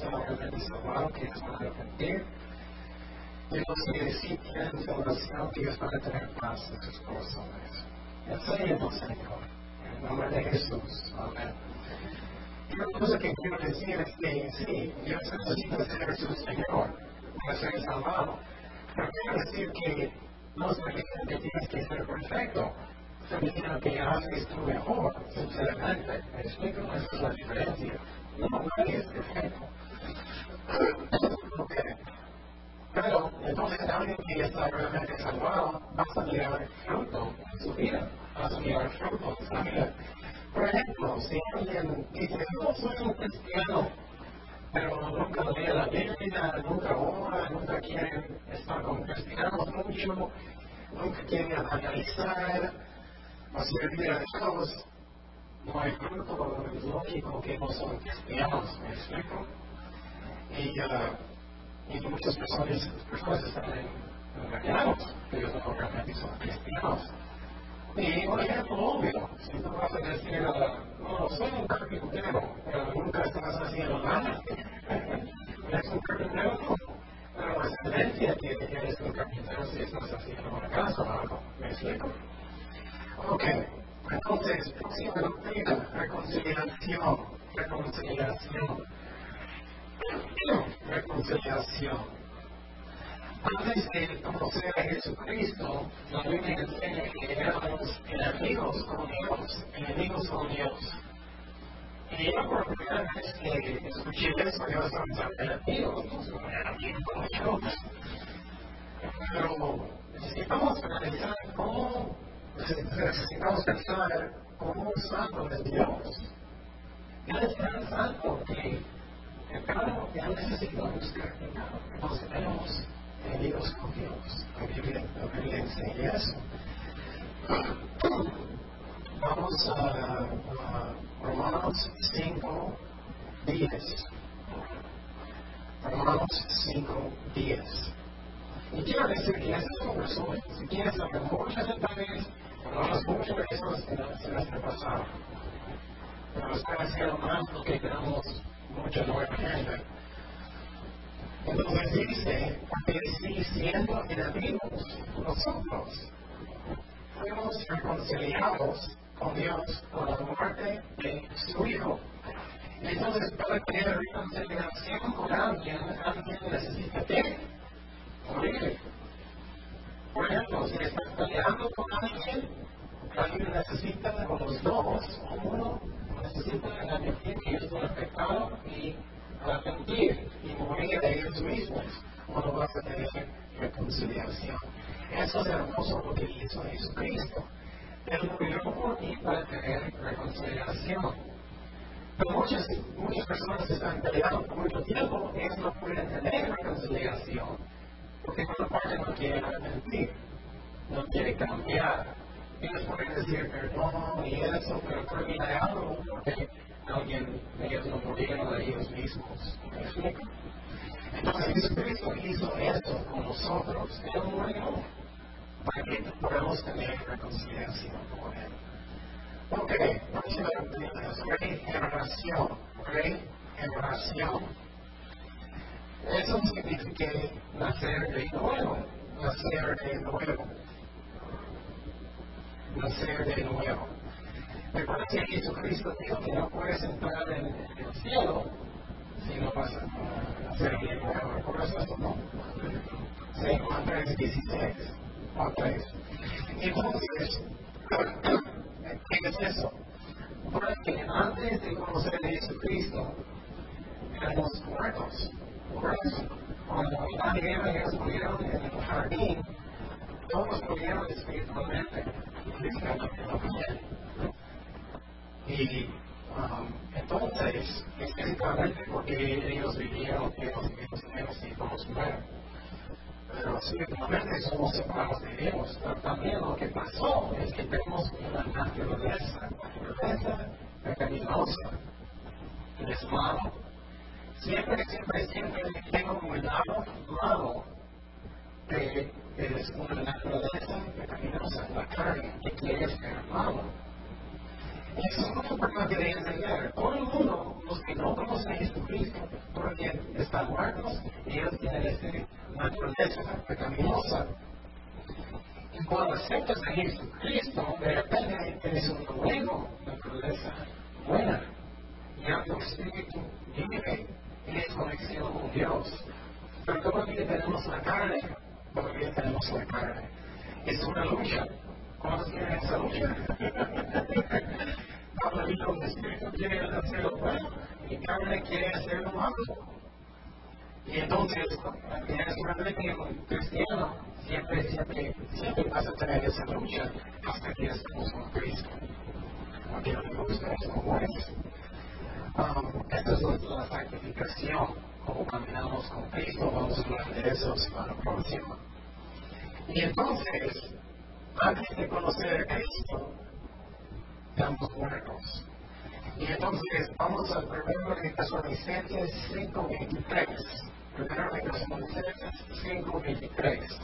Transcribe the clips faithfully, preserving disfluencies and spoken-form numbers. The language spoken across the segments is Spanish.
se van a organizar mal, que ellos van a arrepentir. Y los que sí tienen salvación, que ellos van a tener paz en sus corazones. Enséñanos, Señor, en el nombre de Jesús. Amén. Y una cosa que quiero decir es que sí, Dios necesita ser su Señor para ser salvado. Pero quiero decir que no significa que tienes que ser perfecto. Significa que haces tu mejor, sinceramente. ¿Me explico? Esa es la diferencia. No, nadie es perfecto. Ok. Pero, entonces, alguien que está realmente salvado va a mirar fruto en su vida. Va a mirar fruto en su vida. Por ejemplo, si alguien dice, no, soy un cristiano, pero nunca lee la Biblia, nunca ora, nunca quiere estar con cristianos mucho, nunca quiere analizar o servir a Dios, no hay fruto, es lógico que no son cristianos, ¿me explico? Y, uh, y muchas personas, personas están engañados, ellos no realmente son cristianos. Y un ejemplo obvio, si tú vas a decir, uh, no, soy un carpintero, pero nunca estás haciendo nada, eres un carpintero, no. Pero la evidencia que eres un carpintero si estás haciendo una casa o algo, ¿me explico? Ok, entonces, próxima doctrina, reconciliación, reconciliación, reconciliación. Antes de conocer a Jesucristo, la Biblia enseña que éramos enemigos con Dios, enemigos con Dios. Y yo por primera vez que escuché eso, yo estaba pensando, enemigos, no soy enemigos con Dios. Pero necesitamos analizar cómo, necesitamos pensar cómo santo es Dios. Él es tan santo que el pecado ya necesita buscar pecado. Entonces tenemos enemigos con Dios. La Biblia enseña eso. Vamos a, a Romanos cinco diez. Romanos cinco diez. Y quiero decir que ese es un resumen. Si quieres saber muchos detalles, hablamos mucho de eso en el semestre pasado. Pero estoy haciendo más porque tenemos mucha nueva gente. Entonces dice, porque si siendo enemigos nosotros fuimos reconciliados con Dios por la muerte de su Hijo. Entonces, para tener reconciliación con alguien, alguien necesita que morir. Por ejemplo, si estás peleando con alguien, alguien necesita, o los dos, o uno, necesita admitir que ellos han pecado y arrepentir y morir de ellos mismos. O no vas a tener reconciliación. Eso es hermoso lo que hizo Jesucristo. Él murió por ti para tener reconciliación. Pero muchas, muchas personas están peleando por mucho tiempo, ellos no pueden tener reconciliación. Porque una parte no quiere arrepentir, no quiere cambiar. Ellos pueden decir perdón y eso, pero termina algo porque alguien, ellos no murieron de ellos mismos. ¿Me explico? Entonces Jesucristo hizo esto con nosotros. Él murió para que podamos tener reconciliación con Él. Ok, próxima doctrina es regeneración. Regeneración. Eso significa nacer de nuevo. Nacer de nuevo. Nacer de nuevo. Recuerda que Jesucristo dijo que no puedes entrar en el cielo si no vas a nacer de nuevo. ¿Recuerdas esto? No. Sí, Juan tres dieciséis. Juan tres. Entonces, ¿qué es eso? Porque antes de conocer a Jesucristo, éramos muertos. Por eso, cuando Adán y Eva ellos murieron en el jardín, todos murieron espiritualmente, físicamente también. Y um, entonces, espiritualmente, porque ellos vivieron, ellos vivieron y todos mueren. Pero espiritualmente somos separados de Dios. Pero también lo que pasó es que tenemos una naturaleza, naturaleza pecaminosa, que es malo. Siempre, siempre, siempre tengo un lado malo que es una naturaleza pecaminosa, la carne, que quiere ser malo. Y eso es muy importante de entender. Todo el mundo, los que no conocen a Jesucristo, porque están muertos y ellos tienen esta naturaleza pecaminosa. Y cuando aceptas a Jesucristo, de repente tienes una nueva naturaleza buena. Ya tu espíritu vive en conexión con Dios. Pero todavía tenemos la carne, todavía tenemos la carne. Es una lucha. ¿Cuántos quieren esa lucha? Cuando dijo el espíritu quiere hacer lo bueno, mi carne quiere hacer lo malo. Y entonces, tienes realmente un cristiano, siempre, siempre, siempre vas a tener esa lucha hasta que estemos con Cristo. Porque no me gusta eso como es. Um, esta es la, la santificación, como caminamos con Cristo, vamos a hablar de eso para la próxima. Y entonces, antes de conocer a Cristo, estamos muertos. Y entonces vamos al primero de Tesalonicenses cinco veintitrés. Primero de Tesalonicenses cinco veintitrés.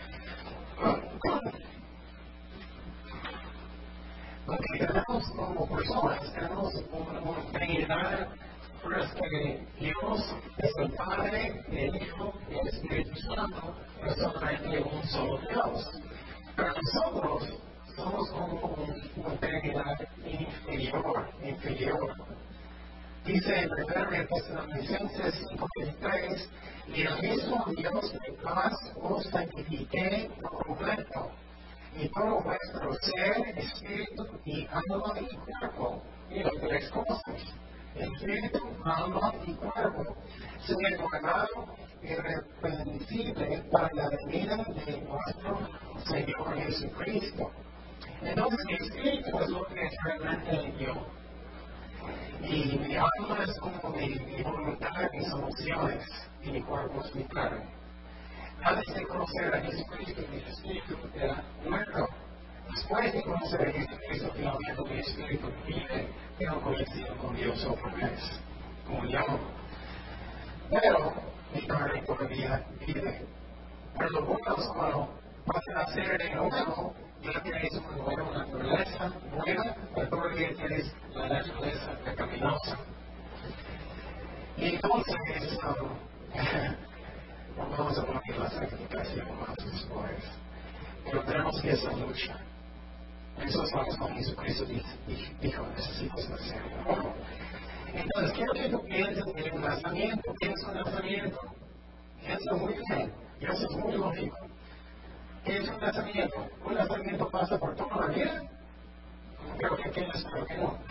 Porque tenemos como personas, tenemos una, una Trinidad, pero es que Dios es el Padre, el Hijo y el Espíritu Santo, pero solamente un solo Dios. Pero nosotros somos como una Trinidad inferior, inferior. Dice en primero de Tesalonicenses cinco veintitrés, y el mismo Dios de paz os santifique por completo, y todo vuestro ser, espíritu y alma y cuerpo, y las tres cosas, espíritu, alma y cuerpo, sea guardado irreprensible para la venida de nuestro Señor Jesucristo. Entonces, mi espíritu es lo que es realmente yo. Y mi alma es como mi, mi voluntad, mis emociones, y mi cuerpo es mi carne. Antes de conocer a Jesucristo, mi espíritu era muerto. Después de conocer a Jesucristo, finalmente mi espíritu vive, tengo conexión con Dios otra vez, como yo. Pero mi carne todavía vive. Pero lo bueno es cuando vas a nacer de nuevo, ya tienes una nueva naturaleza buena, pero todavía tienes la naturaleza pecaminosa. Y entonces, um, vamos a poner la santificación más después. Pero tenemos que esa lucha. Eso es lo que Jesucristo dijo, necesitas nacer de nuevo. Entonces, quiero que tú pienses en un nacimiento. ¿Qué es un nacimiento? Piensa muy bien. Y eso es muy lógico. ¿Qué es un nacimiento? ¿Un nacimiento pasa por toda la vida? Creo que tienes, creo que no.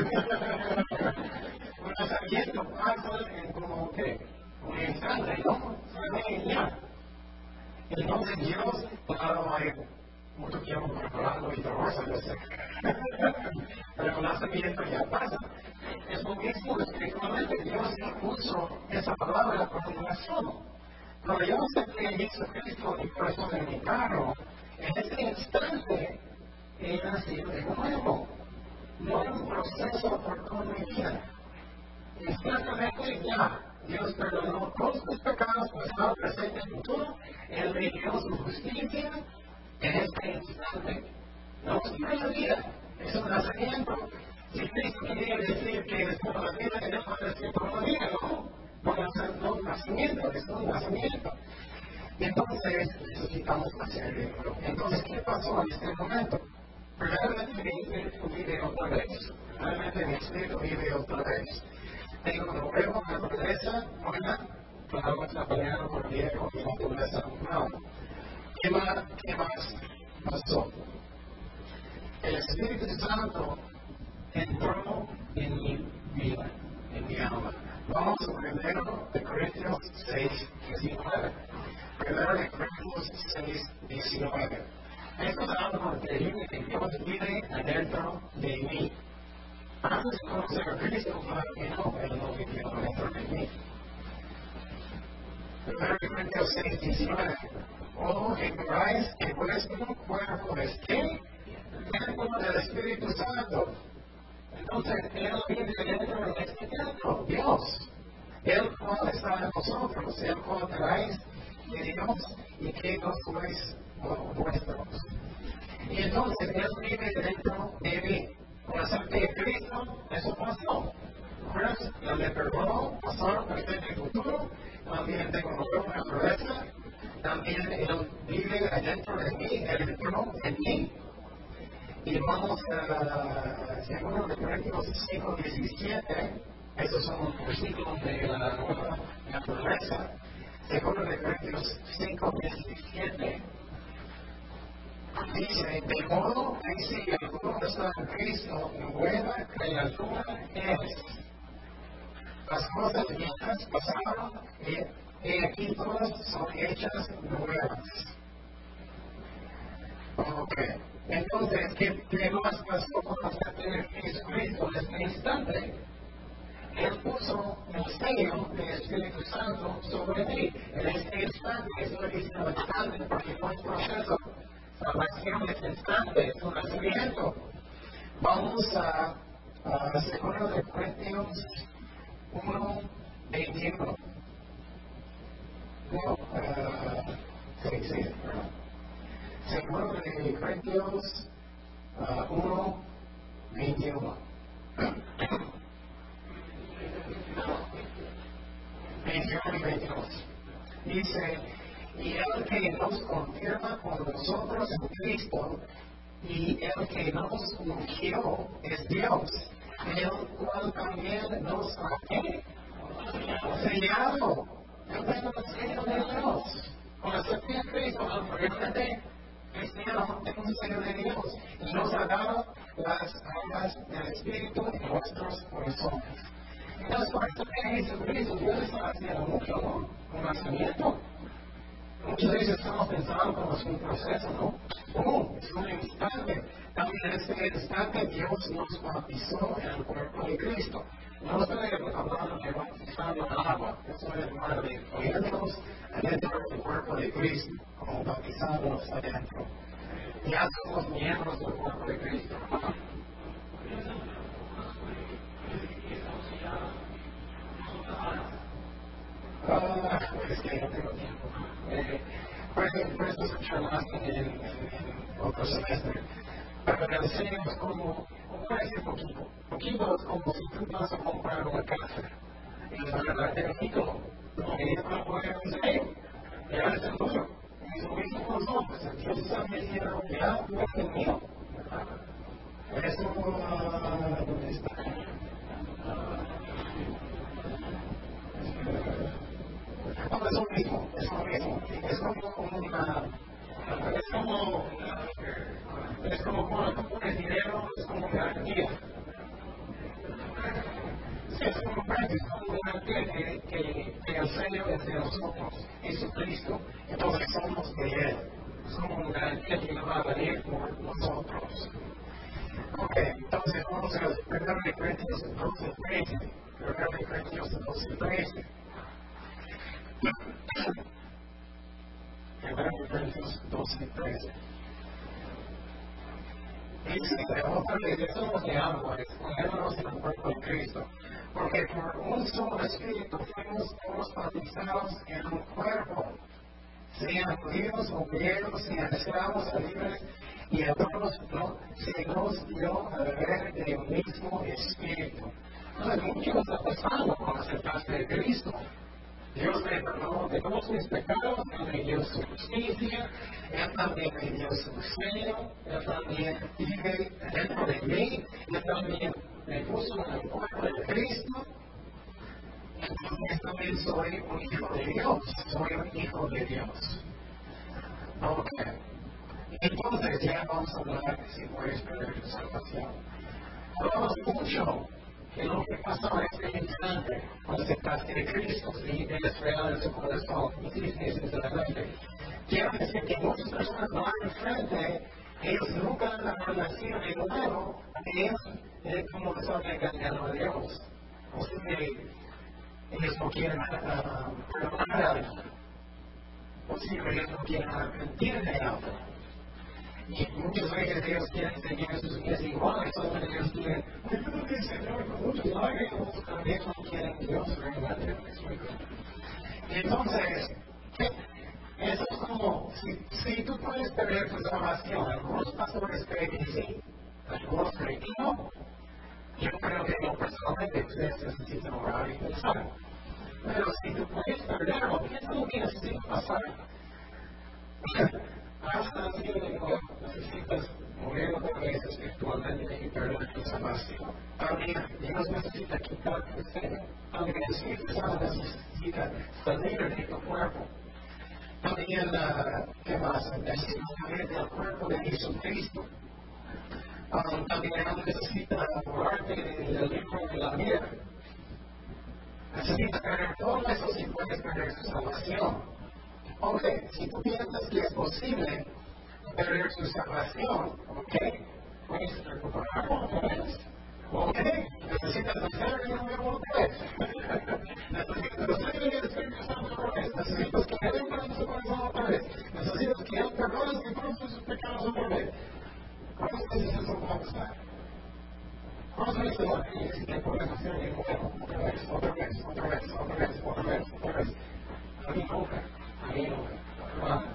Un nacimiento pasa en como que un instante, ¿no? Se ya. Entonces Dios, claro, hay mucho tiempo preparando y todo eso, yo sé. Pero el nacimiento ya pasa. Es lo mismo espiritualmente. Dios puso esa palabra por relación. Cuando yo acepté a Jesucristo mi corazón en mi carro, en ese instante he nacido de nuevo. No es un proceso por toda mi vida. Instantáneamente ya, Dios perdonó todos mis pecados, pasado, presente y futuro. Él me dio su justicia en este instante. No es una vida, es un nacimiento. Si Cristo quería decir que es por la vida, que no es por la vida, no. No es un nacimiento, es un nacimiento. Y entonces necesitamos nacer de nuevo. Entonces, ¿qué pasó en este momento? Realmente mi espíritu vive otra vez. Realmente mi espíritu vive otra vez. Tengo una nueva naturaleza buena, claro, está peleando por viejo y naturaleza nueva. ¿Qué más, ¿Qué más pasó? El Espíritu Santo entró en mi vida, en mi alma. Vamos a primero de Corintios seis, diecinueve. Primero de Corintios seis, diecinueve. Esto es algo increíble que Dios vive adentro de mí. Antes de conocer a Cristo, claro que no, Él no vivió adentro de mí. Primero de Corintios seis, diecinueve. Oh, ignoráis que vuestro cuerpo es ¿qué? Templo del Espíritu Santo. Entonces, Él vive dentro de este templo, Dios. El cual está en nosotros, el cual traéis de Dios y que no sois vuestros. Y entonces, Él vive dentro de mí. Con acepté a Cristo, eso pasó. Pues, Él me perdonó, pasó, presente y futuro, tengo una nueva naturaleza, también Él vive adentro de mí, Él entró en mí. Y vamos a segundo de Corintios cinco diecisiete, esos son los versículos de la nueva naturaleza. Segundo de Corintios cinco diecisiete dice: de modo que si alguno está en Cristo, nueva criatura es. Las cosas viejas pasaron y, y aquí todas son hechas nuevas. Ok. Entonces, ¿qué, qué más pasó con la tener Jesucristo en este instante? Él puso el sello del Espíritu Santo sobre ti. En este instante, eso es un instante porque no es proceso. Salvación es instante, es un nacimiento. Vamos a, a segundo de Corintios uno, veintiuno. No, uh, sí, sí, perdón. Segundo de Corintios uh, uno, veintiuno. veintiuno y veintidós. Dice: y el que nos confirma con nosotros en Cristo, y el que nos ungió es Dios, el cual también nos ha sellado. Yo tengo el sello de Dios. Cuando acepté a Cristo, al realmente cristiano, tengo un sello de Dios. Y nos ha dado las armas del Espíritu en nuestros corazones. Entonces, por eso que Jesucristo, Dios está haciendo mucho, ¿no? Un nacimiento. Muchas veces estamos pensando como es un proceso, ¿no? Oh, es un instante. También en este instante Dios nos bautizó en el cuerpo de Cristo. No estoy hablando de bautizando en agua, estoy hablando de ponernos adentro del cuerpo de Cristo, como bautizarnos adentro. Ya somos miembros del cuerpo de Cristo. Ah, es que no tengo tiempo. Eh, por ejemplo, por eso escuchar más en, en, en otro semestre. Pero en el serio es como, como parece poquito. Poquito es como si tú vas a comprar una casa y van a darte el título. Y ellos van a poner un sello. Y ahora es el tuyo. Y lo mismo con nosotros. Dios está diciendo: ya, tú eres el mío. Eso uh, está. No, es lo mismo, es lo mismo. Es como una. Es como. Es como cuando tú pones dinero, es como garantía. Sí, es como garantía, es como garantía que, que, que el sello es de nosotros, Jesucristo. Entonces somos de Él. Es como una garantía que va a venir por nosotros. Ok, entonces vamos a ver primero de Corintios doce trece. primero de Corintios doce trece. primero de Corintios doce trece. Dice: otra vez, somos de agua, exponernos en el cuerpo de Cristo, porque por un solo espíritu fuimos todos bautizados en un cuerpo, sean judíos o griegos, sean esclavos o libres, y a todos no, se nos dio a beber del mismo espíritu. Entonces, mucho está pasando con aceptaste de Cristo. Dios me perdonó de todos mis pecados, Él me dio su justicia, Él también me dio su sello, Él también vive dentro de mí, Él también me puso en el cuerpo de Cristo, entonces también soy un hijo de Dios, soy un hijo de Dios. Ok. Entonces ya vamos a hablar si puedes perder tu salvación. Hablamos mucho de lo que pasó en este instante cuando aceptaste de Cristo, si eres real en su corazón y si es adelante. Quiero decir que muchas personas van enfrente, ellos nunca han nacido de nuevo, ellos es como que son engañando a Dios. O sea que ellos no quieren uh, perdonar a alguien. O sea que ellos no quieren arrepentir de algo. Y muchas veces ellos quieren seguir sus vidas iguales, otros ellos quieren, Señor, con muchos lágrimas, también no quieren que Dios realmente les explique. Y entonces, eso es como, si, si tú puedes perder tu salvación, algunos pastores creen que sí, algunos creen que no. Yo creo que no, personalmente ustedes necesitan orar y pensar. Pero si tú puedes perderlo, ¿qué es lo que necesita pasar? Hasta así digo, necesitas morir otra vez espiritualmente y perder tu salvación. También Dios necesita quitar tu fe. También el Espíritu Santo necesita salir de tu cuerpo. También, uh, ¿qué más? Necesita salir del cuerpo de Jesucristo. Um, también necesita borrarte del libro de la vida. Necesita perder todo eso si puedes perder tu salvación. Ok, si tú piensas que es posible perder tu salvación, ok, puedes recuperarlo otra vez. Ok, necesitas hacer de nuevo otra vez. Necesitas hacer de el Espíritu Santo otra vez. Necesitas que Él entre en tu corazón otra vez. Necesitas que Él perdone todos tus pecados otra vez. ¿Cómo se dice eso va a pasar? ¿Cómo se dice eso? Y que puedes hacer de nuevo, otra vez, otra vez, otra vez, otra vez, otra vez, otra vez. A mí nunca, a mí nunca.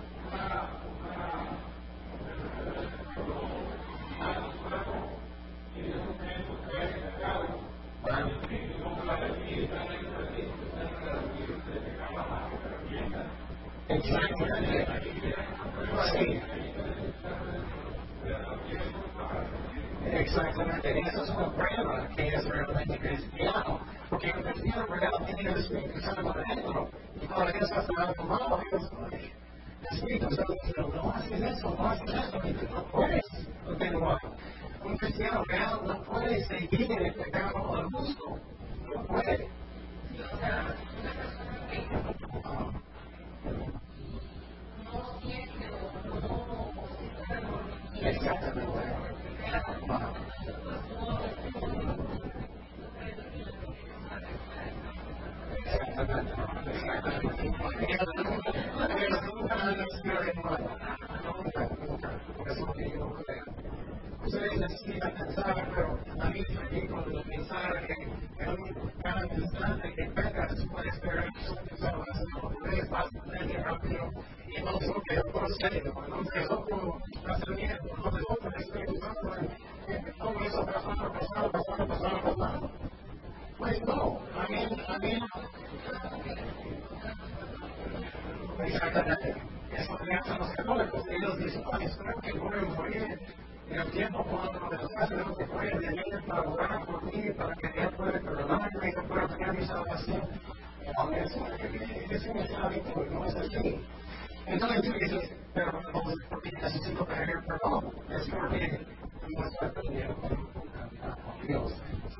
Exactamente. Sí. Exactamente. Eso es una prueba que es realmente cristiano. Porque el cristiano real tiene el Espíritu Santo adentro. Y cuando Dios hace algo malo, Dios, el Espíritu Santo dice, no haces eso, no haces eso. Y tú no puedes continuar. Un cristiano real no puede seguir en el pecado al gusto. No puede. Exactamente. Ustedes necesitan pensar, pero a mí me cuando pensar que cada instante que pecas puedes perder tu salvación, puedes pasar rápido y no solo que otro serio, no que otro hacer bien, no que otro Espíritu Santo, todo eso pasando, pasando, pasando, pasando, pasando. Pues no, a mí, a mí, exactamente. Eso que hacen los católicos, ellos dicen, ay, espero que voy a morir en el tiempo cuando me los hacen lo que pueden, de ellos para orar por mí, para que Él pueda perdonarme y que pueda tener mi salvación. No, eso es un hábito, no es así. Entonces tú dices, pero no es porque necesito pedir perdón, es porque no estoy perdiendo con Dios.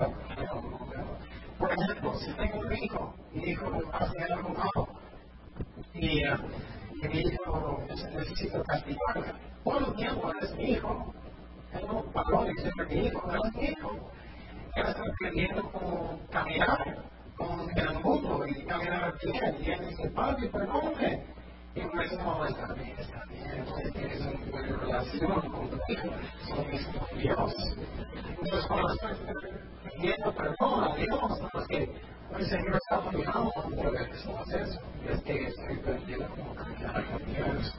Por ejemplo, si tengo un hijo, mi hijo hace algo malo, y, uh, y mi hijo necesita castigarme, todo el tiempo es mi hijo. Él no paró de ser mi hijo, no es mi hijo. Él está aprendiendo cómo caminar con el mundo y caminar bien. Y él dice, padre, perdóname. Y pues no, está bien, está bien. Entonces tienes una buena relación con tu hijo, son mis con Dios. Entonces cuando estoy pidiendo perdón a Dios, no es que el Señor está fallando, pero es no es eso. Es que estoy perdiendo cómo caminar con Dios.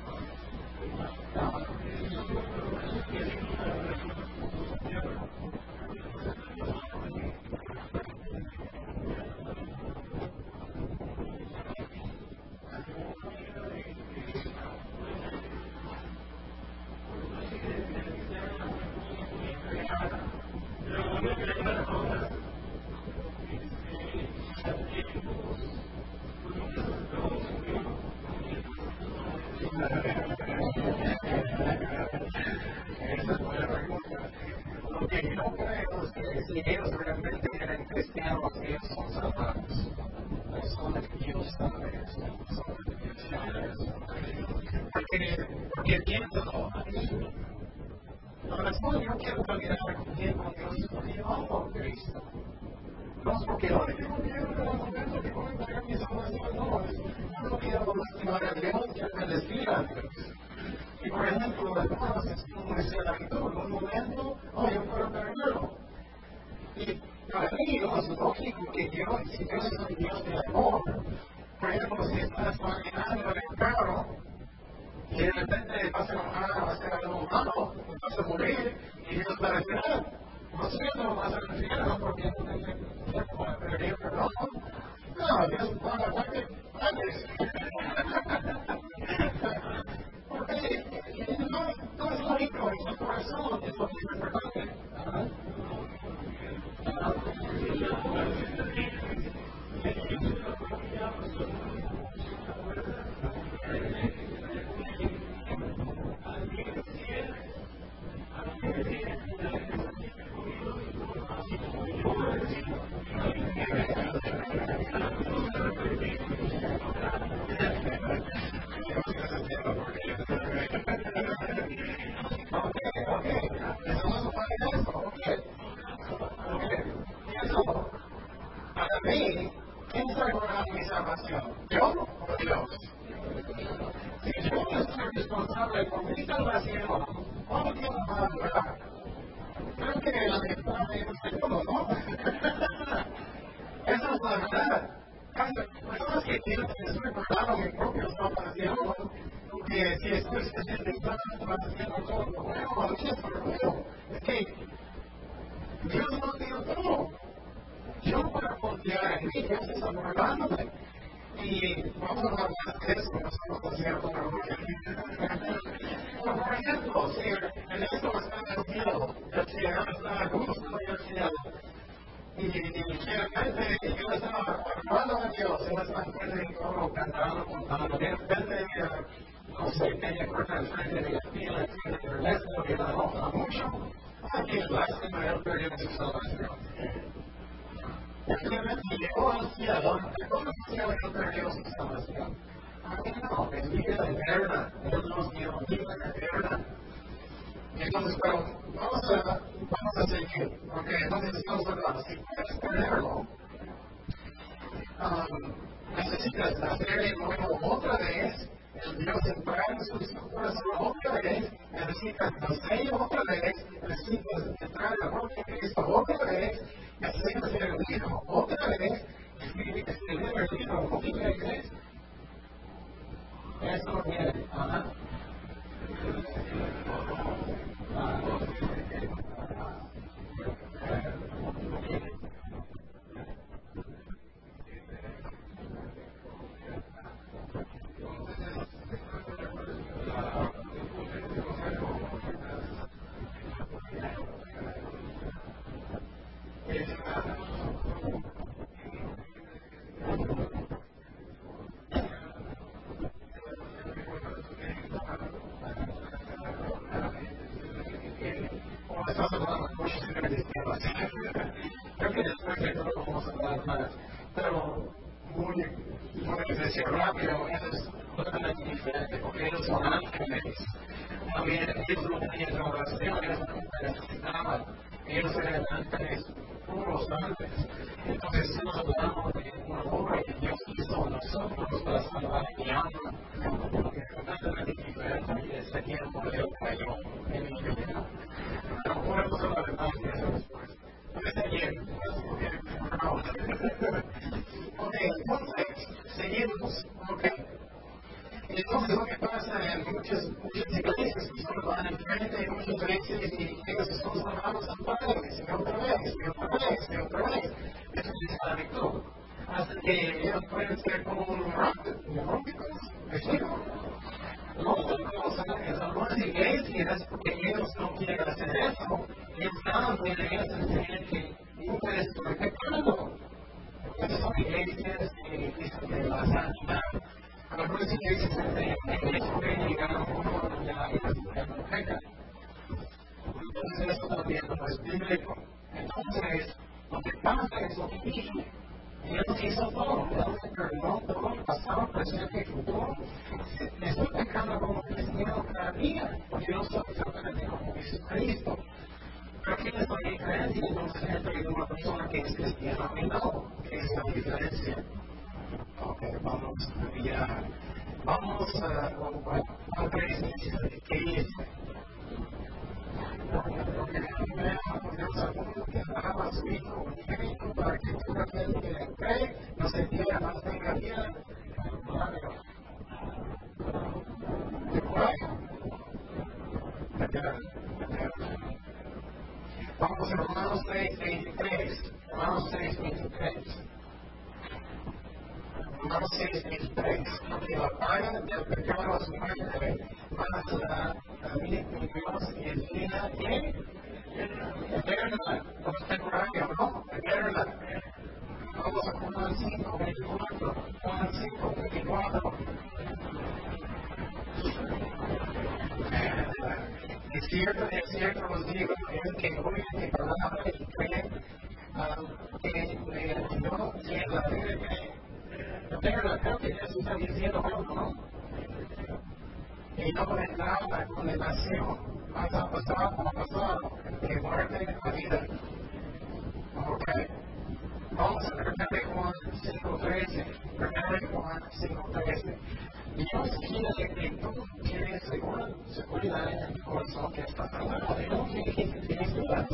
Lo que yo creo es que si ellos realmente eran cristianos, ellos son salvados. No son de Dios, ¿sabes? Son de Dios, ¿sabes? Porque, porque piénsalo, la razón yo quiero caminar bien con Dios porque yo amo a Cristo. No es porque hoy tengo miedo de los momentos que voy a entregar mi salvación, no. Yo no quiero lastimar a Dios, quiero bendecir a Dios. Y por ejemplo, algunos es como esclavitud, en un momento, oh, yo puedo perderlo. Y para mí no es lógico que Dios, si Dios es un Dios de amor, por ejemplo, si estás caminando en el carro y de repente vas a enojar, vas a hacer algo malo, vas a morir y Dios va a decir, no sé, no vas a infierno porque no te tiempo para pedir perdón. No, Dios va a Ok, ok, estamos hablando de eso, ok. Ok, eso, para mí, ¿quién está guardando mi salvación? ¿Yo o Dios? Si yo no soy responsable por mi salvación, ¿cómo Dios me va a guardar? Creo que la verdad es un segundo, ¿no? Esa es la verdad. Hay personas que piensan que estoy guardando mi propia salvación, que si estoy experimentando haciendo todo lo bueno, a mí es por bueno. Es que Dios nos dio todo. Yo para confiar en mí, Dios está guardándome. Y vamos a hablar más de eso, no estamos haciendo una Pero por ejemplo, si en esto está en el cielo, el cielo está a gusto en el cielo, y realmente yo estaba hablando a Dios, él está frente y todo, cantando, contando, de repente, no sé, tenía corta el frente de la fila, de Ernesto, que la enoja mucho, ay, qué lástima, él perdió su salvación. Obviamente llegó al cielo, llegó al cielo y él perdió su salvación. A mí no, es vida eterna, él nos dio vida eterna. Entonces, pero vamos a, vamos a seguir, porque entonces estamos hablando, si quieres tenerlo, um, necesitas hacer de nuevo otra vez, el Dios entrar en su corazón otra vez, necesitas nacer otra vez, necesitas entrar en la boca de Cristo otra vez, necesitas ser el Hijo otra vez, escribir el libro otra vez. Eso viene, ajá. Estamos hablando de muchos diferentes temas. Creo que después de todo vamos a hablar más, pero muy, muy decir rápido, eso es totalmente diferente, porque ellos son ángeles. También ellos no tenían oración, ellos no necesitaban, ellos eran ángeles puros antes. Entonces estamos hablando de una obra que Dios hizo a nosotros para salvar mi alma, que es totalmente diferente, y es aquí el modelo que yo en mi vida. No podemos hablar más de eso después. Está bien. Ok, entonces, seguimos. Ok. Entonces, lo que pasa en muchas, muchas iglesias, que solo van enfrente, muchas veces, y ellos son salvados otra vez, y otra vez, y otra vez, y otra vez. Eso es esclavitud. Hasta que ellos pueden ser como un románticos. ¿Me explico? Otra cosa es algunas iglesias, porque ellos no quieren hacer eso, ellos dan de ellos enseñan que no puedes estar pecando. Esas son iglesias que dicen que la sanidad. Algunas iglesias enseñan que ellos pueden llegar a un punto donde la vida no peca. Entonces eso también no es bíblico. Entonces, lo que pasa es lo que dije. Dios hizo todo, Dios perdonó todo, pasado, presente y futuro. Estoy pecando como cristiano cada día, porque yo soy exactamente como Jesucristo. Pero ¿qué es la diferencia? Entonces entre una persona que es cristiana y no, ¿qué es la diferencia? Ok, vamos a mirar. Vamos a a ver qué dice. Dios amó que amaba a su Hijo unigénito para que todo aquel que le cree no se pierda, mas tenga vida. Vamos a Romanos seis veintitrés. Romanos seis veintitrés. Romanos seis veintitrés. Porque la paga del pecado es muerte, mas la vida de Dios es vida eterna. No es temporaria, ¿no? Eterna. Vamos a Juan cinco veinticuatro. Juan cinco veinticuatro. Es cierto, es cierto, os digo, el que oye mi palabra y cree um, que me envió tiene la vida Pero creo que Jesús está diciendo algo, ¿no? Y no vendrá la condenación, vas a pasar a pasar de muerte a vida. Ok. Vamos a ver primero Juan cinco trece. primero Juan cinco trece. Dios quiere que tú tienes seguridad en tu corazón que estás salvado. Dios no quiere que tienes dudas.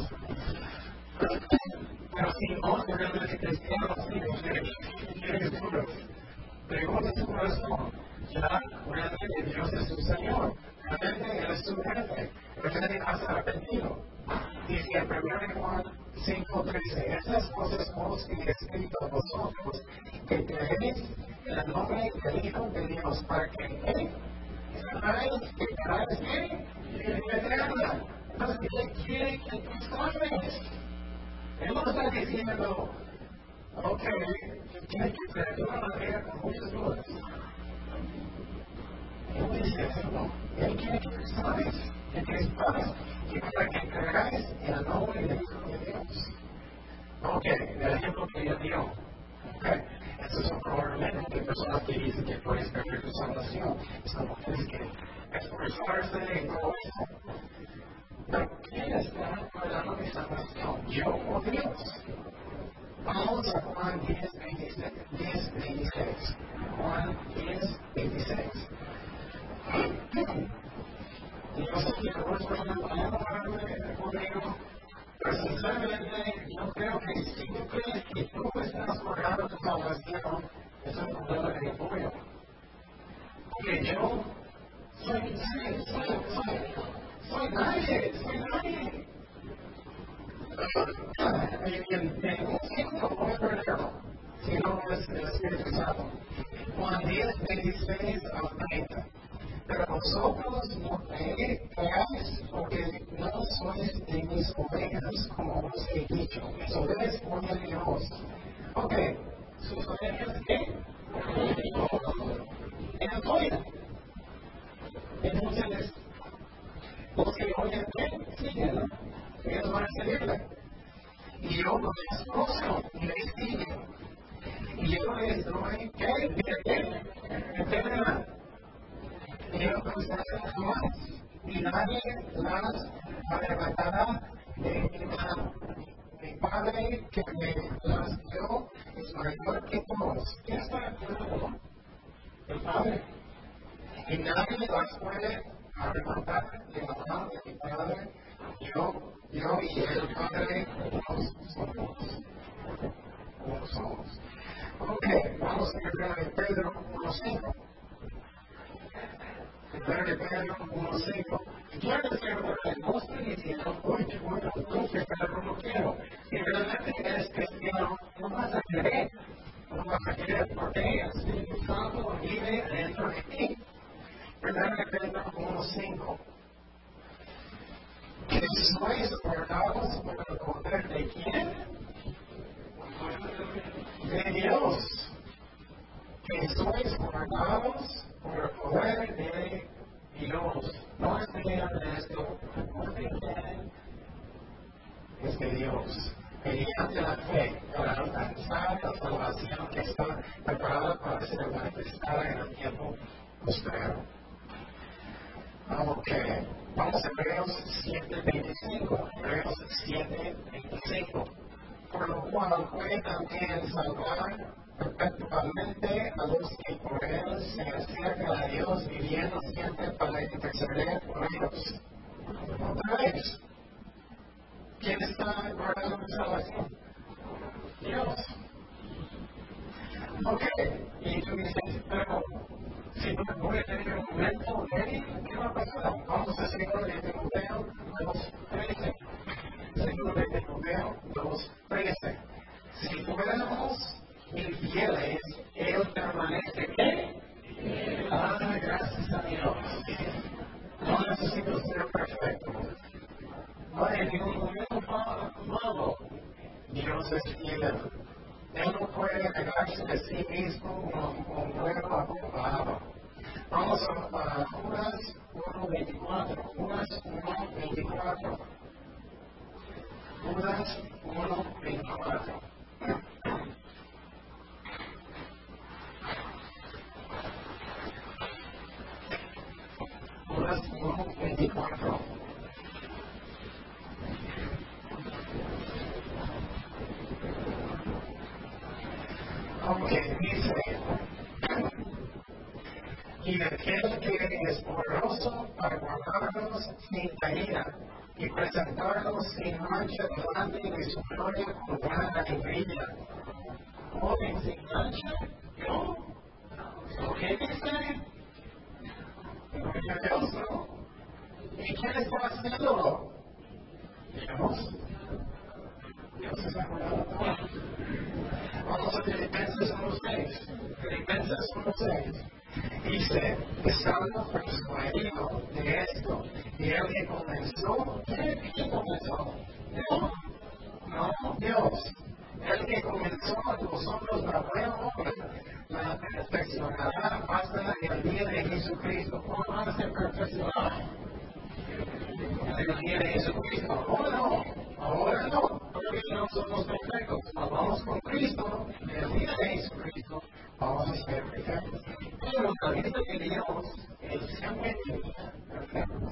Pero si no realmente cristiano, si tienes dudas, pregunta tu corazón. Ya realmente Dios es tu Señor. Realmente Él es tu jefe. Realmente has arrepentido. Dice en primero Juan cinco trece, estas cosas os he escrito a vosotros que creéis en el nombre del Hijo de Dios para que Él sabáis que creáis que es eterna. Entonces Él quiere que tú salves. Él no está diciendo, ok, tienes que ser de una manera con muchas dudas. Él dice eso, no. Él quiere que tú salves, que tienes paz, y para que creáis en el nombre del Hijo de Dios. Ok, el ejemplo que yo dio. Ok, eso es un problema de personas que dicen que puedes perder tu salvación. Eso no tienes que esforzarse y todo eso. Pero ¿quién está guardando mi salvación? ¿Yo o Dios? Vamos a Juan diez veintiséis. Juan diez veintiséis. Y no sé si vos vas a hablar conmigo, pero sinceramente yo creo que si tú crees que tú estás guardando tu salvación, es un problema de orgullo. Porque yo soy, soy, soy, soy, soy nadie, soy nadie. En un segundo voy a perderlo, si no es el Espíritu Santo. Juan diez veintiséis al treinta. Pero vosotros no creáis porque no sois de mis ovejas, como os he dicho. Mis ovejas oyen mi voz. Ok, ¿sus ovejas qué? Ellas oyen. Entonces, los que oyen qué? Siguen. Ellos van a seguirle. Y yo los esposo y les siguen. Y yo les doy qué? ¿Qué? Eternidad. Ellos no están jamás, y nadie las arrebatará de mi mano. Mi Padre que me las dio es mayor que todos. ¿Quién está hablando? El Padre. Y nadie las puede arrebatar de la mano de mi Padre. Yo, yo y el Padre nos somos. No somos. Ok, vamos a ver en Pedro uno cinco. Primero de Pedro uno cinco. Yo no quiero ver, no estoy diciendo, uy, qué bueno, no sé, pero no quiero. Si realmente eres cristiano, no vas a creer. No vas a creer porque el Espíritu Santo vive dentro de ti. Primero de Pedro uno cinco. Que sois guardados por el poder de quién? De Dios. Que sois guardados por el poder de Dios. No es de Ernesto, no es de quién, es de Dios. Mediante la fe, para alcanzar la salvación que está preparada para ser manifestada en el tiempo postrero. Ok, vamos a Hebreos siete veinticinco. Hebreos siete veinticinco. Por lo cual puede también salvar perpetuamente a los que por él se acercan a Dios, viviendo siempre para interceder por ellos. Otra vez, ¿quién está guardando mi salvación? Dios. Ok, y tú dices, pero si no voy a tener un momento débil, ¿qué va a pasar? Vamos a segundo de Timoteo dos trece. Segundo de Timoteo dos trece. Si fuéramos infieles, Él permanece ¿qué? Ah, gracias a Dios. No necesito ser perfecto. No hay ningún momento malo. Dios es fiel. Él no puede negarse de sí mismo como un nuevo abogado. Vamos a Judas uno veinticuatro. Judas uno veinticuatro. Judas uno veinticuatro. Gálatas uno veinticuatro. Ok, dice, y aquel que es poderoso para guardarnos sin caída y presentarnos sin mancha delante de su gloria con gran alegría. Joven sin mancha, ¿no? ¿Qué dice? Gloria a Dios, ¿no? ¿Y quién está haciéndolo? Dios. Dios está haciendo. Vamos a Filipenses uno seis. Filipenses uno seis. Dice, estamos persuadidos de esto. Y el que comenzó, ¿quién comenzó? No, no, Dios. El que comenzó en vosotros la buena obra, la perfeccionará hasta el día de Jesucristo. ¿Cómo van a ser perfeccionados? El día de Jesucristo. Ahora no, ahora no, porque no somos perfectos. Nos vamos con Cristo, el día de Jesucristo, vamos a ser perfectos. Pero la vida de Dios es siempre perfecta.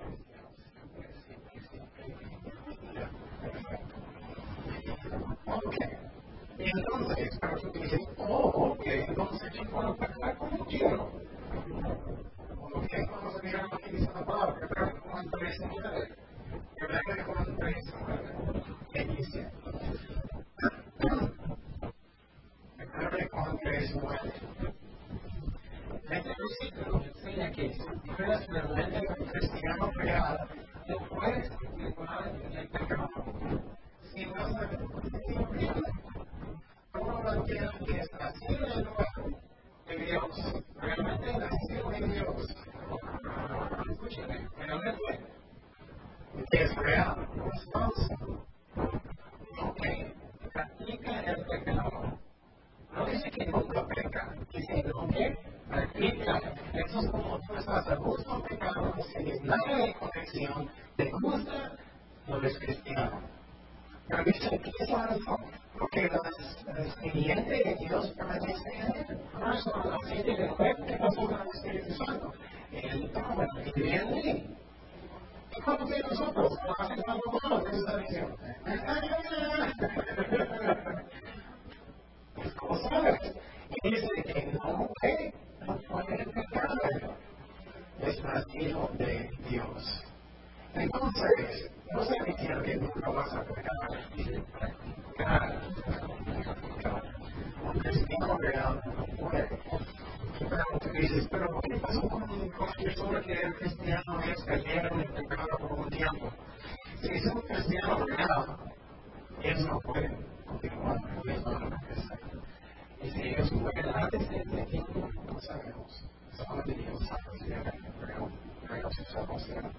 Ok. Y entonces, pero tú dices, oh, ok, entonces yo puedo pecar como quiero. Ok, vamos a mirar lo que dice la palabra. Primero de Juan tres nueve. Primero de Juan tres nueve. ¿Qué dice? Primero de Juan tres nueve. Este versículo enseña que si tú eres realmente un cristiano real, no puedes continuar en el pecado. Si no sabes cómo mantener que es nacido de nuevo de Dios, realmente nacido de Dios. Escúchame, realmente es real, no es falso. Ok, practica el pecado. No dice que nunca peca, dice no que practica. Eso es como tú estás a gusto pecado, no tienes nada de conexión, te gusta, no eres cristiano. Pero dice que es la razón, porque el expediente de Dios permanece en él. Por eso la gente de fe que pasó con el Espíritu Santo. Él toma el viene. ¿Y cómo que nosotros? ¿No hacen algo malo? ¿Qué está diciendo? ¿Cómo sabes? Y dice que no puede, no puede pecar. Es más hijo de Dios. Entonces, no significa que nunca vas a pecar. Practicar. Un cristiano real no puede. Pero tú dices, pero ¿qué pasó con cualquier persona que era cristiano y es cayeron en pecado por un tiempo? Si es un cristiano real, ellos no pueden continuar, ellos no van a crecer. Y si ellos pueden antes de este tiempo, no sabemos. Solamente Dios sabe si era real, real si somos real.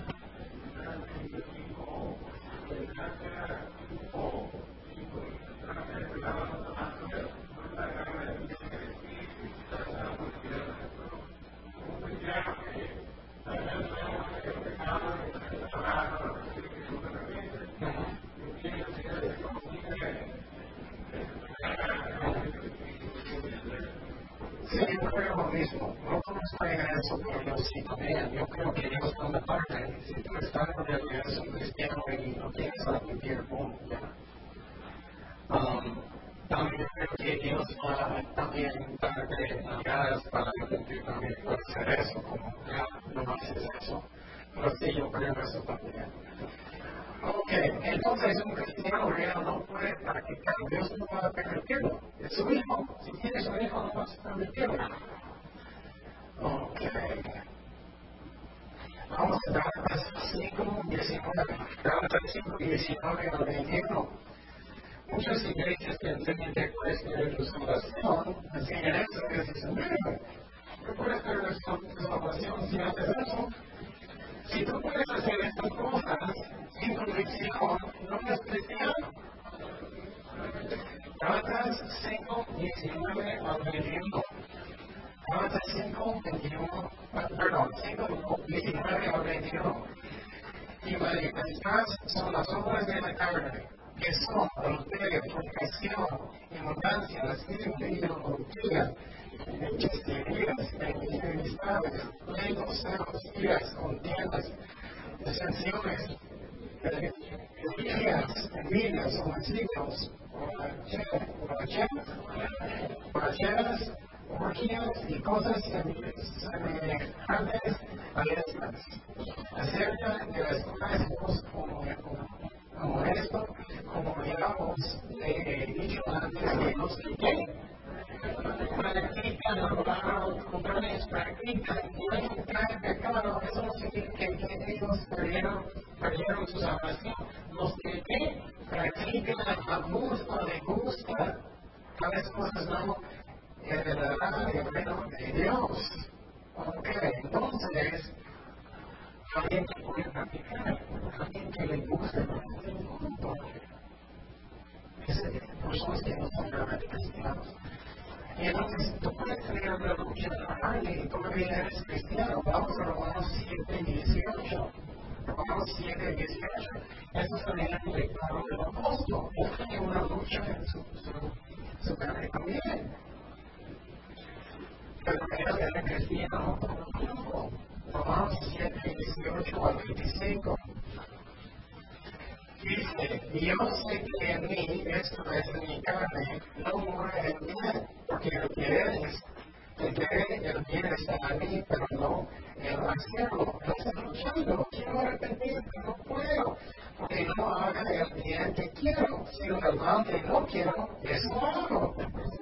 Sí, yo creo lo mismo. No todos creen en eso, pero yo sí también. Yo creo que Dios no me parte. Si tú estás con él y eres un cristiano y no tienes a cualquier mundo, ya. Um, también creo que Dios va a también darte gas para que tú también puedas hacer eso, como ya no haces eso. Pero sí, yo creo eso también. Ok, entonces un cristiano real no puede practicar, Dios no va a permitirlo. Es su hijo, si tienes un hijo no vas a permitirlo. Ok, vamos a Gálatas cinco diecinueve. Gálatas cinco diecinueve al veintiuno. Muchas iglesias que enseñan que puedes tener tu salvación, enseñan eso, que dicen, mira, tú puedes tener tu salvación si haces eso. Si tú puedes hacer estas cosas sin convicción, no eres cristiano. Gálatas cinco diecinueve al veintiuno. Gálatas cinco veintiuno, perdón, cinco diecinueve al veintiuno. Y manifestadas son las obras de la carne, que son adulterio, fornicación, inmundancia, lascivia, idolatría, hechicerías, enemistades, enemistades, pleitos, celos, iras, contiendas, disensiones, envidias, envidias, homicidios, borracheras, orgías y cosas semejantes a estas. Acerca de las cuales vos, como, como esto, como digamos, he dicho antes, que no sé qué, practican, hermanos, compadres, practican, pueden traer pecado, eso no significa que ellos perdieron, perdieron su salvación. Los que ¿qué? Practican, abusan, les gusta, tales cosas no heredarán el reino de Dios. Ok, entonces, alguien que puede practicar, alguien que le gusta el mundo, es personas que no son realmente cristianos. Y entonces tú puedes tener una lucha carnal y todavía eres cristiano. Vamos a Romanos siete dieciocho. Romanos siete dieciocho. Eso es también el declaro del apóstol. Él tiene una lucha en su, su, su carne también. Pero él era cristiano por un tiempo. Romanos siete dieciocho al veinticinco. Dice, yo sé que en mí, esto es en mi carne, no muere el bien, porque el bien es, el bien, el bien está en mí, pero no el hacerlo. No estoy luchando, quiero arrepentirme, no puedo, porque no haga el bien que quiero, sino el mal que no quiero, eso hago.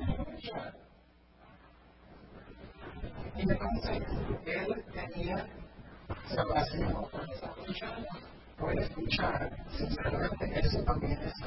Y entonces, él tenía salvación para estar luchando. Puedes luchar, sinceramente, eso también es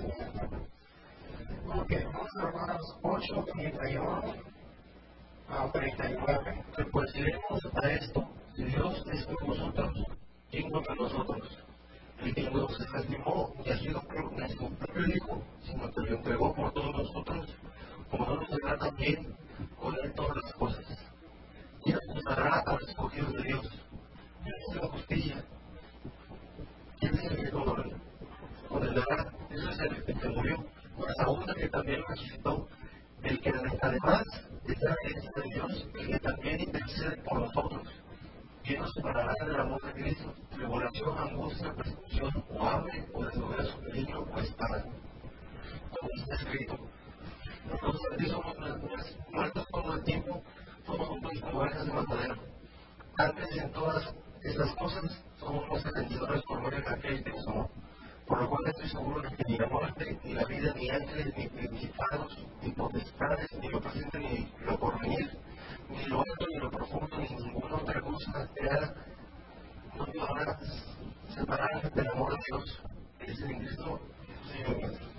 ok, vamos a Romanos ocho, treinta y uno a treinta y nueve. Pues diremos a esto: si Dios es con nosotros, ¿quién contra nosotros? El que nos estimó y ha sido con su propio Hijo, sino que lo entregó por todos nosotros, como no nos dará también con él todas las cosas. ¿Quién acusará a los escogidos de Dios? Es la justicia. ¿Quién es el que condenará? Eso es el que murió, más aún el que también resucitó, el que además está a la derecha de Dios, el que también intercede por nosotros. ¿Quién nos separará del amor de Cristo? Tribulación, angustia, persecución, o hambre, o desnudez, o peligro, o espada. Como está escrito, nosotros aquí somos muertos todo el tiempo, somos juntos como ovejas de matadero. Antes en todas estas cosas somos más atendidores por medio de aquel que nos amó. Por lo cual estoy seguro de que ni la muerte, ni la vida, ni ángeles, ni principados, ni potestades, ni lo presente, ni lo porvenir, ni lo alto, ni lo profundo, ni ninguna otra cosa creada, no podrá separar del amor de Dios, que es en Cristo, Señor nuestro.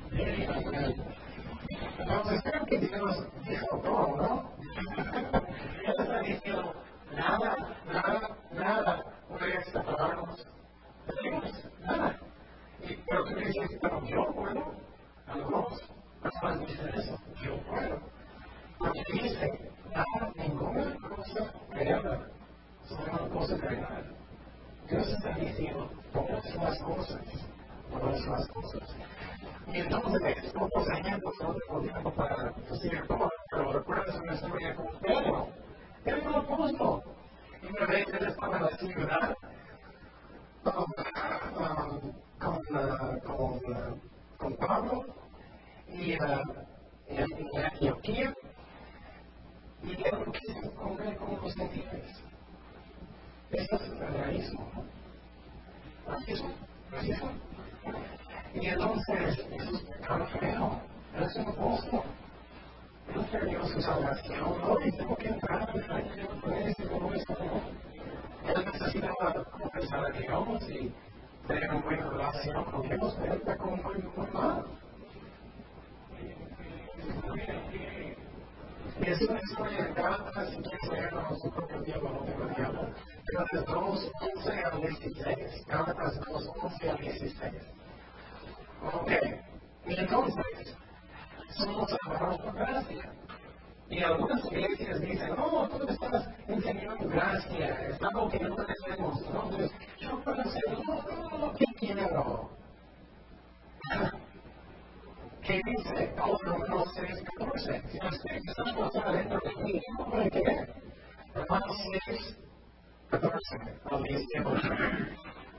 Entonces creo que Dios dijo todo, ¿no? Él está diciendo, nada, nada, nada puede separarnos de Dios, nada. Y, pero tú dices, pero yo puedo. Algunos personas dicen eso, yo puedo. Porque dice, nada, ninguna cosa creada, son una cosa creada. Dios está diciendo, todas las cosas, todas las cosas. Y entonces, otros ejemplos, no tengo tiempo para decir todo, pero recuerdas una historia con Pedro. Él era un apóstol. Y una vez él estaba en la ciudad um, um, con, uh, con, uh, con Pablo y uh, en, en Antioquía. Y él quiso comer con los gentiles. Eso es el judaísmo. Racismo. Racismo. Y entonces Jesús pecaba feo. Él es un apóstol. Él perdió su salvación. No, y tengo que entrar en el reino de Dios y todo esto. Él necesitaba confesar a Dios y tener una buena relación con Dios, pero él pecó muy, muy mal. Y es una historia de Gálatas, si quieres leerlo en su propio tiempo, no tengo tiempo. Gálatas dos, once al dieciséis. Gálatas dos, once al dieciséis. Ok, y entonces, somos salvados por gracia. Y algunas iglesias dicen, no, tú estás enseñando gracia, es algo que no tenemos. Entonces, yo puedo decir, no, no, no, ¿qué quiero? ¿Qué dice? Romanos seis, catorce. Si los Espíritu Santo está dentro de mí, ¿cómo puede querer? Romanos Romanos seis, catorce al dieciocho.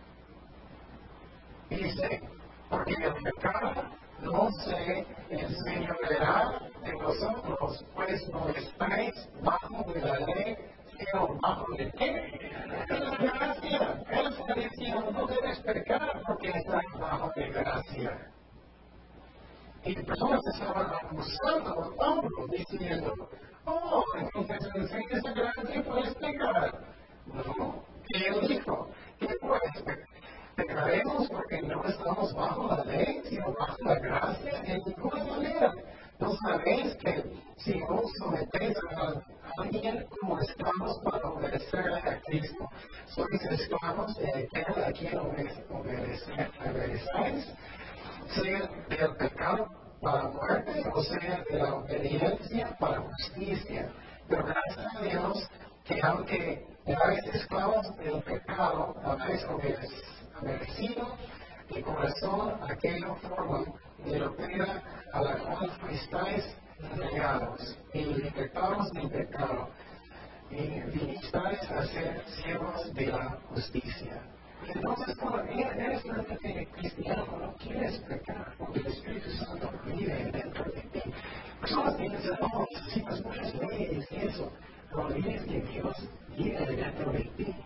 Dice, porque el pecado no se enseñoreará de vosotros, pues no estáis bajo de la ley, sino bajo de qué? De la gracia. Él está diciendo, no debes pecar porque estás bajo de gracia. Y personas estaban acusando a Pablo, diciendo, oh, entonces enseñas la gracia, puedes pecar. No, y él dijo, ¿qué puedes pecar? Pecaremos porque no estamos bajo la ley, sino bajo la gracia en ninguna manera. ¿No sabéis que si os sometéis a alguien como esclavos para obedecerle a Cristo, sois esclavos de aquel a quien obedecéis, sea del pecado para muerte o sea de la obediencia para justicia? Pero gracias a Dios que aunque erais esclavos del pecado, habéis obedecido de corazón aquella forma de doctrina a la cual fuisteis entregados y libertados del pecado y vinisteis a ser siervos de la justicia. Entonces, todavía eres realmente cristiano, no quieres pecar, porque el Espíritu Santo vive dentro de ti. Personas piensan, no, necesitas muchas leyes y eso, pero olvides que Dios vive dentro de ti.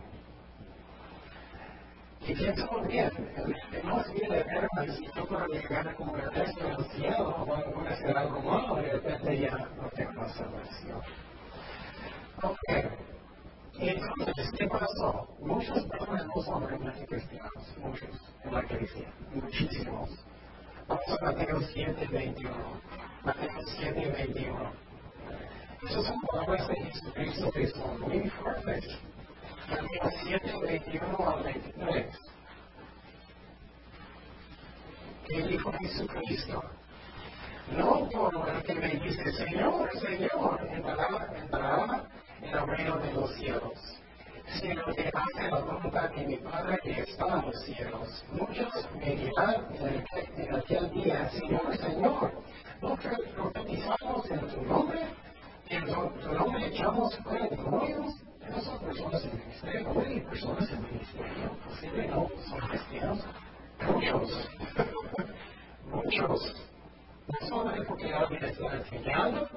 Y piénsalo bien, el que más viene eterno, si yo para llegar como el resto del cielo, voy a hacer algo malo y de repente ya no tengo salvación. Ok. Y entonces, ¿qué pasó? Muchos padres no son realmente cristianos, muchos en la iglesia, muchísimos. Vamos a Mateo siete, veintiuno. Mateo siete, veintiuno. Esas son palabras de Jesucristo que son muy fuertes. Mateo siete, veintiuno al veintitrés. ¿Qué dijo Jesucristo? No todo el que me dice, Señor, Señor, entrará, entrará en el reino de los cielos, sino que hace la voluntad de mi Padre que está en los cielos. Muchos me dirán en, en aquel día, Señor, Señor, ¿no profetizamos en tu nombre? ¿En tu, tu nombre echamos fuera demonios? No son personas en ministerio, no hay personas en ministerio, posible no son cristianos. Muchos, muchos. No solamente porque alguien está enseñando,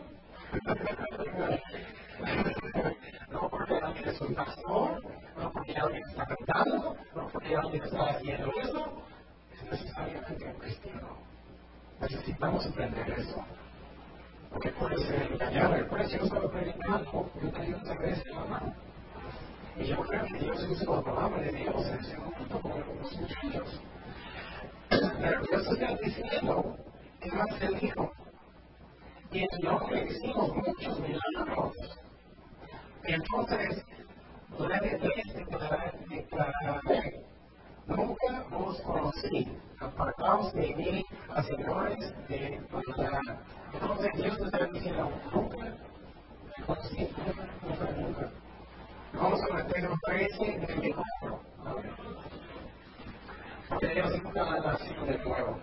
no porque alguien es un pastor, no porque alguien está cantando, no porque alguien está haciendo eso, es necesariamente un cristiano. Necesitamos aprender eso. Porque puede ser engañado, puede ser solo predicando, yo tengo una vez en la mano. Y yo creo que Dios usa la palabra de Dios en ese momento con los muchachos. Pero Dios está diciendo que más Él dijo. Y en su nombre hicimos muchos milagros. Entonces, les declararé, nunca os conocí, apartaos de mí, hacedores de maldad. Entonces Dios está diciendo, nunca me conocí, nunca, nunca, nunca. Vamos a Mateo trece, veinticuatro. Porque Dios nunca ha nacido de nuevo.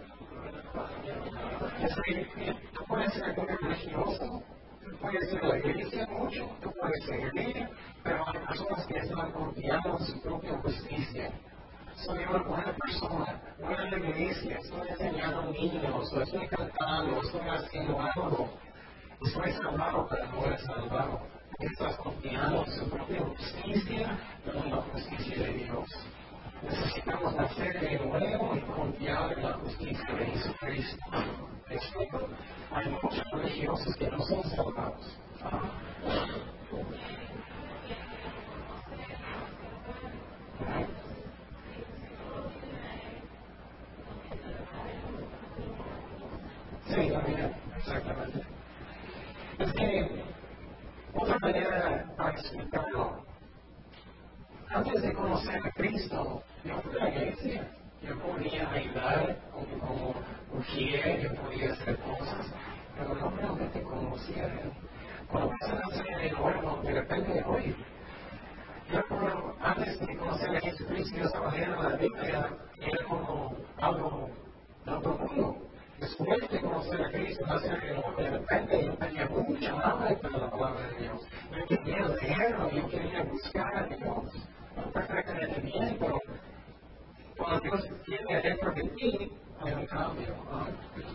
Es decir, tú puedes ser muy religioso, tú puedes ir a la iglesia mucho, tú puedes servir, pero hay personas que están confiando en su propia justicia. Soy una buena persona, voy a la iglesia, estoy enseñando niños, estoy cantando, estoy haciendo algo. Estoy salvado, pero no eres salvado. Estás confiando en su propia justicia, pero en la justicia de Dios. Necesitamos nacer de nuevo y confiar en la justicia de Jesucristo. ¿Me explico? Hay muchos religiosos que no son salvados. ¿Ah? Sí, también, exactamente. Es que, otra manera para explicarlo, antes de conocer a Cristo, yo fui a la iglesia, yo podía ayudar como, como mujer, yo podía hacer cosas, pero no realmente conocía a Él. Cuando vas a nacer de nuevo, de repente, oye, yo recuerdo, antes de conocer a Jesucristo, yo estaba leyendo la Biblia, era como algo de otro mundo. Después de conocer a Cristo, hace que de repente yo tenía mucha hambre para la palabra de Dios. Yo quería leerlo, yo quería buscar a Dios. No perfectamente bien, pero cuando Dios viene dentro de ti, hay un cambio. ¿No?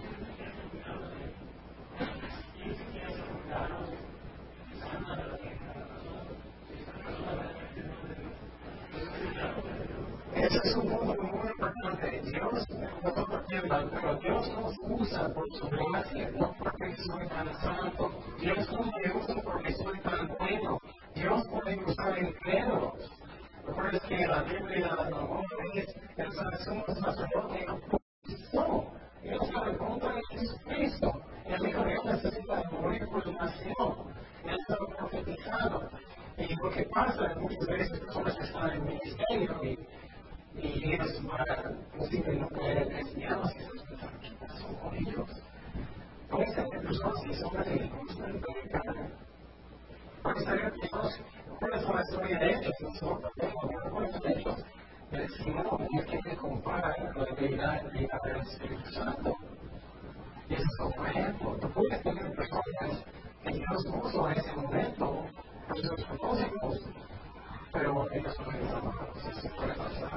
Ese es un punto muy importante. Dios, nosotros pero Dios nos usa por su gracia, no porque soy tan santo. Dios no me usa porque soy tan bueno. Dios puede usar incrédulos. Recuerda que la Biblia no es el sumo sacerdote no, él estaba en contra de Jesucristo. Él dijo que él necesita morir por la nación. Él estaba profetizado. Y lo que pasa muchas veces, personas que están en el ministerio y y ellos van posiblemente eran cristianos y se escuchan qué pasó con ellos. Puede ser que personas que son religiosos en dominicana. Puede ser que Dios, recuerdas la historia de ellos, nosotros tenemos algunos de ellos. El Simón es quien te compara la deidad del Espíritu Santo. Y ese es otro ejemplo. Tú puedes tener personas que Dios puso en ese momento por sus propósitos, pero ellos no están amados. Eso puede pasar.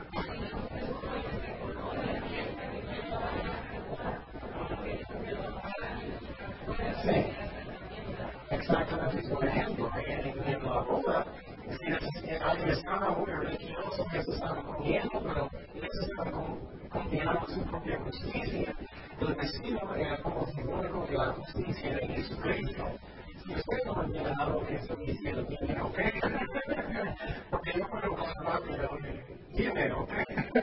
Sí, exactamente. Por ejemplo, en, en la boda, si alguien estaba muy religioso, ellos estaban comiendo, pero ellos estaban combinando su propia justicia. El vestido era como simbólico de la justicia de Jesucristo. Después no me había dado que estoy diciendo dinero, ¿ok? Porque yo puedo hablar rápido de dinero, ¿ok?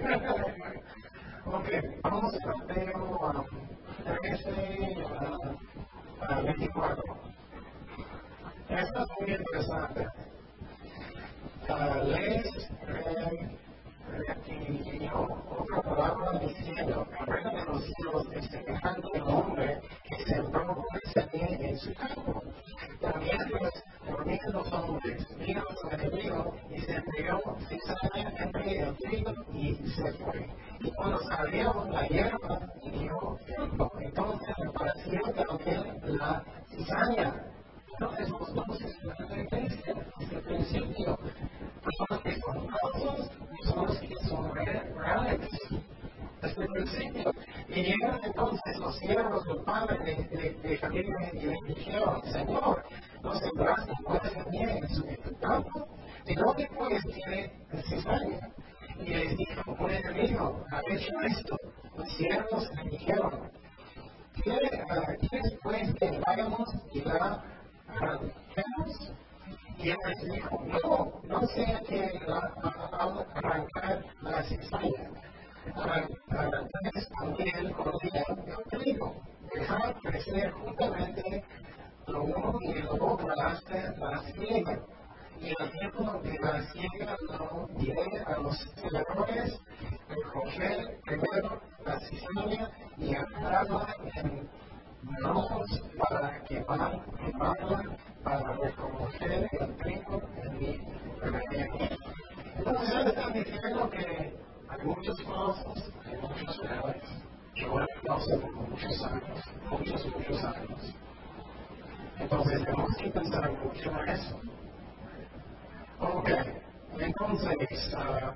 Ok, vamos a Mateo trece a veinticuatro. Esto es muy interesante. Uh, lees aquí otra palabra diciendo que el reino de los cielos es semejante al hombre que sembró semilla en su campo. También pues, dormían los hombres, vino su enemigo y se envió cizaña entre el trigo y se fue. Y cuando salió la hierba, dio fruto. Entonces apareció también la cizaña. Entonces los dos están en la iglesia desde el principio. Personas que son falsos y personas que son reales desde el principio. Y llegan entonces los siervos del padre de, de, de familia y le dijeron, Señor, no sembraste puedes bien en su campo, ¿de dónde pues tiene cizaña? Y les dijo, un enemigo ha hecho esto. Los siervos le dijeron, ¿quieres pues que vayamos y la arranquemos? Y él les dijo, no, no sea que la, al arrancar la cizaña, arranquéis también con ella el trigo, dejad crecer juntamente lo uno y lo otro hasta la siega. Y el tiempo de la siega lo diré a los segadores, recoger primero la cizaña y atarla en manojos para quemar, quemarla, para recoger el trigo en mi remedio. Entonces él está diciendo que hay muchos falsos, hay muchos reales. Yo he conocido por muchos años, muchos, muchos años. Entonces tenemos que pensar mucho en eso. Ok, entonces, uh,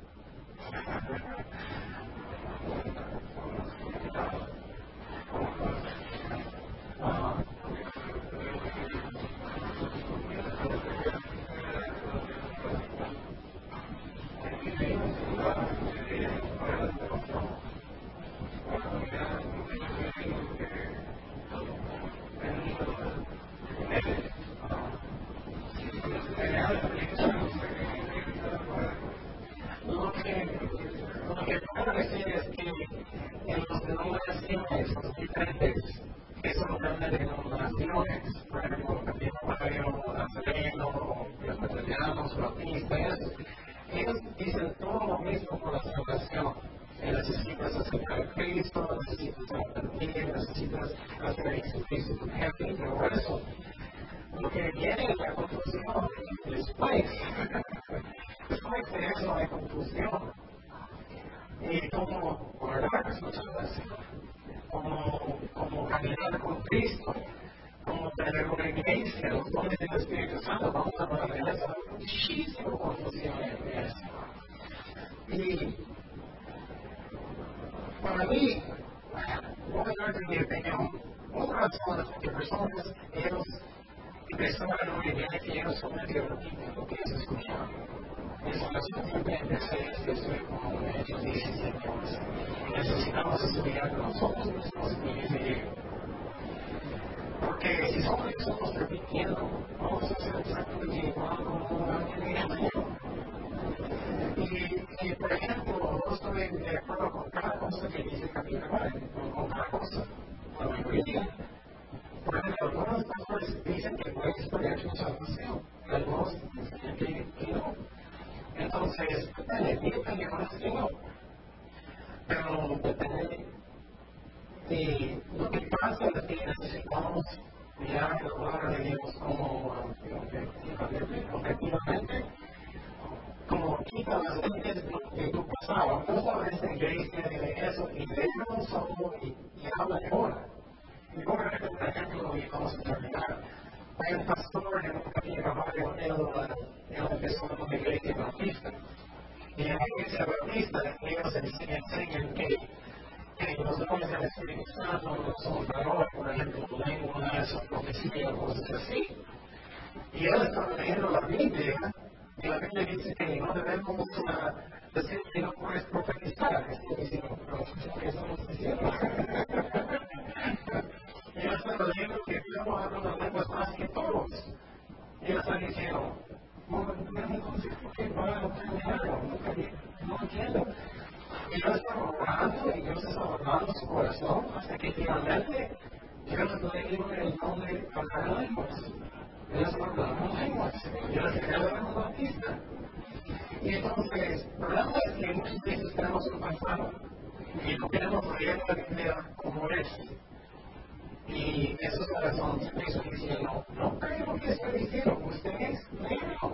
uh, lo que, lo que puedo decir es que en las denominaciones diferentes, que son también denominaciones, por ejemplo, católico, nazareno, presbiterianos, bautistas, ellos dicen todo lo mismo por la salvación. Necesitas aceptar a Cristo, necesitas arrepentir, necesitas hacer el sacrificio de tu jefe y todo eso. Lo que viene es la confusión después. Después de eso hay confusión. Y cómo guardar sus cosas, cómo como, como caminar con Cristo, como tener una iglesia, los dones del Espíritu Santo, vamos a hablar de eso, muchísimo confusión en la iglesia. Y para mí, voy a dar mi opinión, una razón es porque personas, ellos empezaron en una iglesia y ellos son medio lo que es escuchar. Esa razón siempre empecé desde estoy como de hechos diecisiete años. Necesitamos estudiar nosotros mismos y decidir. Porque si somos nosotros repitiendo, vamos a hacer exactamente igual como la iglesia. Y, y, por ejemplo, no estoy de acuerdo con cada cosa que dice Capitán Vale, no con cada cosa. La mayoría. Por ejemplo, algunos pastores dicen que pueden estudiar su salvación, algunos dicen que, que no. Entonces, depende, mi opinión es que no. Pero depende de lo que pasa es que necesitamos mirar la palabra de Dios como objetivamente, como quita las leyes de lo que tú pasabas. No sabes de iglesia ni de eso, y de eso solo y, y habla de ahora. Y por ejemplo, y vamos a terminar, hay un pastor en un pequeño barrio, él, él empezó en una iglesia bautista. Y en la iglesia bautista, ellos enseñan que, que los dones del Espíritu Santo no son valor, por ejemplo, lenguas o profecía, cosas así. Y él estaba leyendo la Biblia, y la Biblia dice que no debemos uh, decir que no puedes profetizar. Estoy diciendo, pero ¿qué estamos diciendo? Y él estaba leyendo que Pablo habla las lenguas más que todos. Y él está diciendo, entonces, ¿por qué Pablo no terminaron? No entiendo. Y yo estaba orando y Dios estaba hablando su corazón hasta que finalmente Dios le dio el nombre a las lenguas. Dios estaba hablando lenguas. Dios se quedó en un bautista. Y entonces, el problema es que muchas veces tenemos un pasado y no queremos leer la Biblia como es. Y eso es la razón que estoy diciendo. No creo lo que estoy diciendo. Ustedes, léanlo.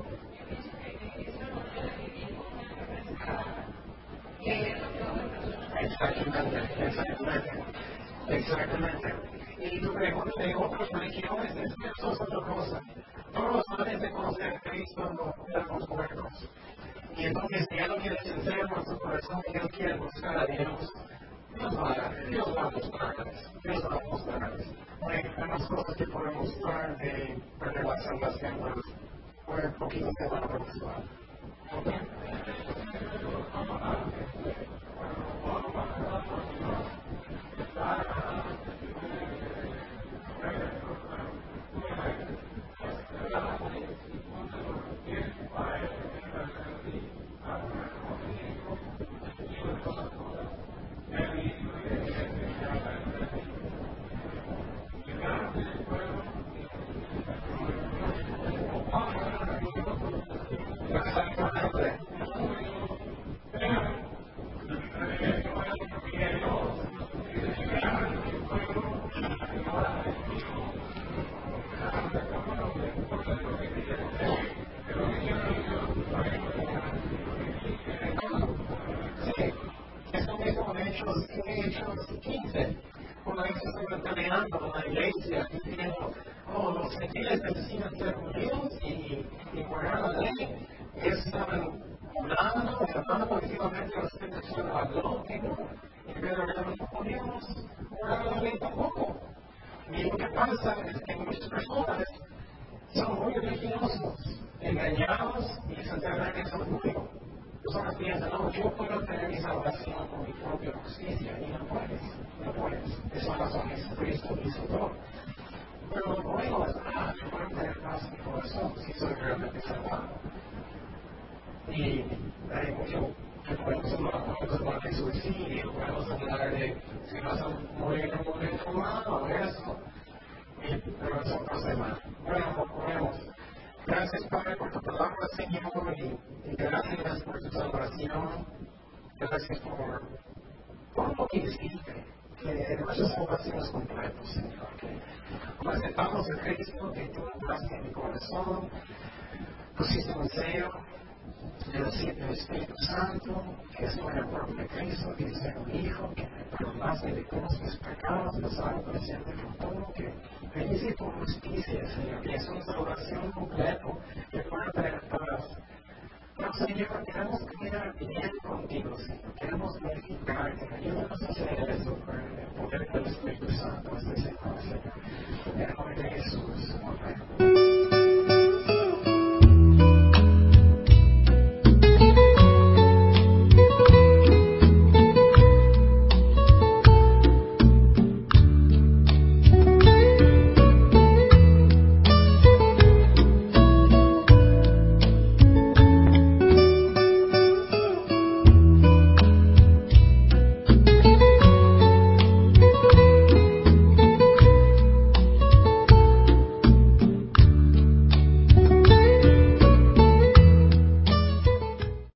Exactamente, exactamente, exactamente. Y tu pregunta de otras religiones es que eso es otra cosa. Todos antes de conocer a Cristo no éramos muertos. Y entonces, si Él quiere sincero en nuestro corazón, y Él quiere buscar a Dios, Dios va a, Dios va a mostrarles, Dios va a mostrarles. Hay unas cosas que podemos mostrar de perder la salvación, pero por un poquito de la profesión. ¿Ok? Y lo que pasa es que muchas personas son muy religiosos, engañados y se enteran que son judíos. Personas piensan, no, yo puedo tener mi salvación con mi propia justicia, y no puedes, no puedes. Eso es razón Jesucristo hizo todo. Pero lo bueno es, ah, yo puedo tener paz en mi corazón si soy realmente salvado. Y hay mucho que podemos hablar de suicidio, podemos hablar de si vas a morir en un momento malo, eso. Pero es otro tema. Bueno, oremos. Gracias, Padre, por tu palabra, Señor, y, y gracias por tu salvación. Gracias por todo lo que hiciste, que nuestra salvación es completa, Señor. Que aceptamos a Cristo, que tú entraste en mi corazón, pusiste un sello, el Espíritu Santo, que es por el propio Cristo, que es el Hijo, que me perdonaste de todos mis pecados, pasado, presente y futuro, que me hice tu justicia, Señor, que es una salvación completa, que puede traer paz. Pero, Señor, queremos caminar bien contigo, Señor, queremos glorificarte, ayúdanos a hacer eso por el poder del Espíritu Santo, este Señor, Señor. En el nombre de Jesús, amén.